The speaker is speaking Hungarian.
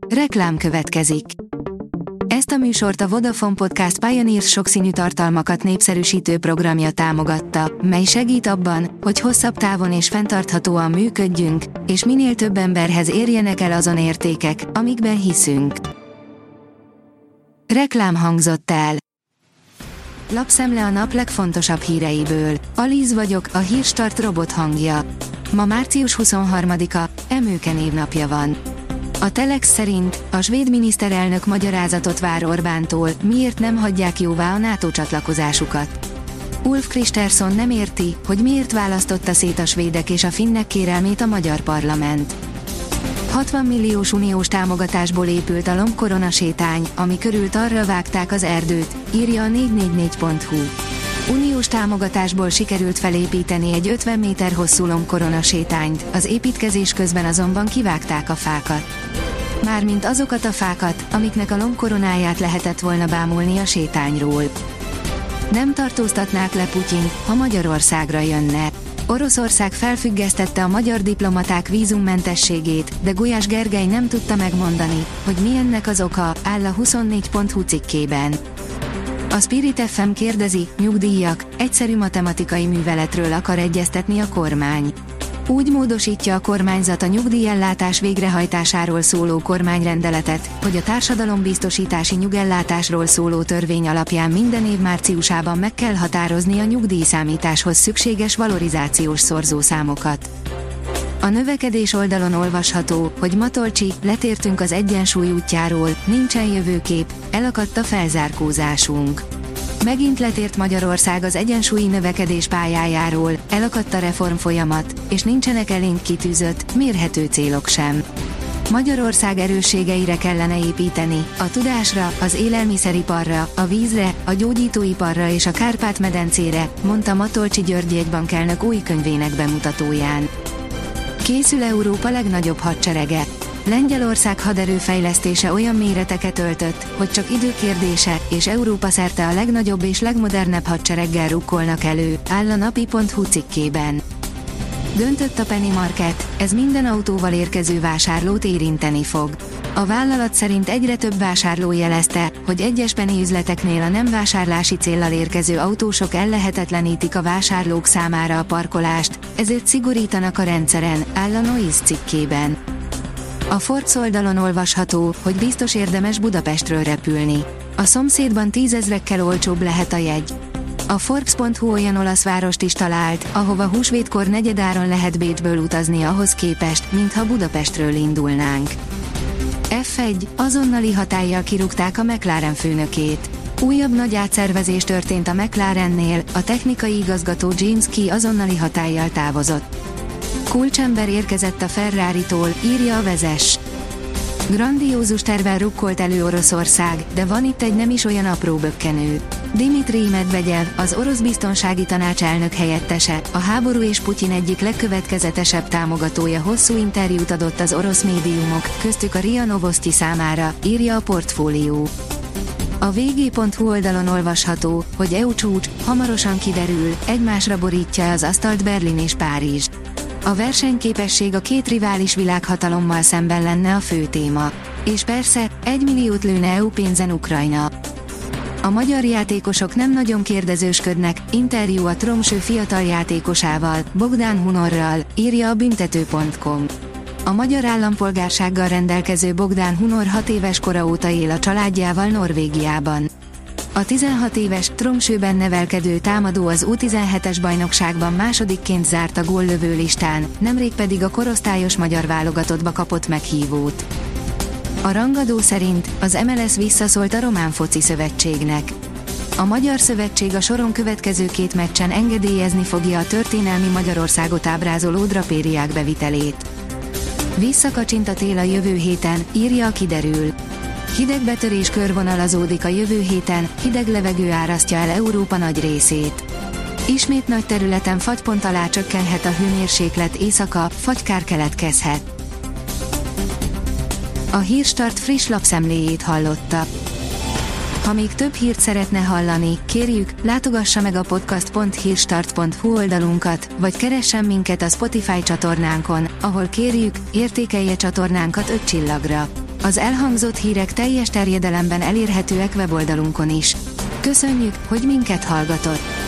Reklám következik. Ezt a műsort a Vodafone Podcast Pioneers sokszínű tartalmakat népszerűsítő programja támogatta, mely segít abban, hogy hosszabb távon és fenntarthatóan működjünk, és minél több emberhez érjenek el azon értékek, amikben hiszünk. Reklám hangzott el. Lapszemle a nap legfontosabb híreiből. Alíz vagyok, a Hírstart robot hangja. Ma március 23-a, Emőke névnapja van. A Telex szerint a svéd miniszterelnök magyarázatot vár Orbántól, miért nem hagyják jóvá a NATO csatlakozásukat. Ulf Kristersson nem érti, hogy miért választotta szét a svédek és a finnek kérelmét a magyar parlament. 60 milliós uniós támogatásból épült a lombkorona sétány, ami körül arra vágták az erdőt, írja a 444.hu. Uniós támogatásból sikerült felépíteni egy 50 méter hosszú lombkorona sétányt, az építkezés közben azonban kivágták a fákat. Mármint azokat a fákat, amiknek a lombkoronáját lehetett volna bámulni a sétányról. Nem tartóztatnák le Putyint, ha Magyarországra jönne. Oroszország felfüggesztette a magyar diplomaták vízummentességét, de Gulyás Gergely nem tudta megmondani, hogy mi ennek az oka, áll a 24.hu cikkében. A Spirit FM kérdezi, nyugdíjak, egyszerű matematikai műveletről akar egyeztetni a kormány. Úgy módosítja a kormányzat a nyugdíjellátás végrehajtásáról szóló kormányrendeletet, hogy a társadalombiztosítási nyugellátásról szóló törvény alapján minden év márciusában meg kell határozni a nyugdíjszámításhoz szükséges valorizációs szorzószámokat. A növekedés oldalon olvasható, hogy Matolcsi, letértünk az egyensúly útjáról, nincsen jövőkép, elakadt a felzárkózásunk. Megint letért Magyarország az egyensúlyi növekedés pályájáról, elakadt a reformfolyamat, és nincsenek elénk kitűzött, mérhető célok sem. Magyarország erősségeire kellene építeni, a tudásra, az élelmiszeriparra, a vízre, a gyógyítóiparra és a Kárpát-medencére, mondta Matolcsi György jegybankelnök új könyvének bemutatóján. Készül Európa legnagyobb hadserege. Lengyelország haderőfejlesztése olyan méreteket öltött, hogy csak idő kérdése, és Európa szerte a legnagyobb és legmodernebb hadsereggel rukkolnak elő, áll a napi.hu cikkében. Döntött a Penny Market, ez minden autóval érkező vásárlót érinteni fog. A vállalat szerint egyre több vásárló jelezte, hogy egyes Penny üzleteknél a nem vásárlási céllal érkező autósok ellehetetlenítik a vásárlók számára a parkolást, ezért szigorítanak a rendszeren, áll a Noise cikkében. A Forbes oldalon olvasható, hogy biztos érdemes Budapestről repülni. A szomszédban 10 000-ekkel olcsóbb lehet a jegy. A Forbes.hu olyan olasz várost is talált, ahova húsvétkor negyedáron lehet Bécsből utazni ahhoz képest, mintha Budapestről indulnánk. F1, azonnali hatállyal kirúgták a McLaren főnökét. Újabb nagy átszervezés történt a McLarennél, a technikai igazgató James Key azonnali hatállyal távozott. Kulcsember érkezett a Ferraritól, írja a Vezes. Grandiózus tervvel rukkolt elő Oroszország, de van itt egy nem is olyan apró bökkenő. Dmitrij Medvegyev, az orosz biztonsági tanács elnök helyettese, a háború és Putyin egyik legkövetkezetesebb támogatója hosszú interjút adott az orosz médiumok, köztük a RIA Novosti számára, írja a Portfólió. A vg.hu oldalon olvasható, hogy EU csúcs, hamarosan kiderül, egymásra borítja az asztalt Berlin és Párizs. A versenyképesség a két rivális világhatalommal szemben lenne a fő téma. És persze, 1 milliót lőne EU pénzen Ukrajna. A magyar játékosok nem nagyon kérdezősködnek, interjú a Tromsø fiatal játékosával, Bogdán Hunorral, írja a büntető.com. A magyar állampolgársággal rendelkező Bogdán Hunor 6 éves kora óta él a családjával Norvégiában. A 16 éves, Tromsøben nevelkedő támadó az U17-es bajnokságban másodikként zárt a góllövő listán, nemrég pedig a korosztályos magyar válogatottba kapott meghívót. A rangadó szerint az MLS visszaszólt a Román Foci Szövetségnek. A Magyar Szövetség a soron következő 2 meccsen engedélyezni fogja a történelmi Magyarországot ábrázoló drapériák bevitelét. Visszakacsint a tél a jövő héten, írja a Kiderül. Hidegbetörés körvonalazódik a jövő héten, hideg levegő árasztja el Európa nagy részét. Ismét nagy területen fagypont alá csökkenhet a hőmérséklet, éjszaka fagykár keletkezhet. A Hírstart friss lapszemléjét hallotta. Ha még több hírt szeretne hallani, kérjük, látogassa meg a podcast.hírstart.hu oldalunkat, vagy keressen minket a Spotify csatornánkon, ahol kérjük, értékelje csatornánkat 5 csillagra. Az elhangzott hírek teljes terjedelemben elérhetőek weboldalunkon is. Köszönjük, hogy minket hallgatott!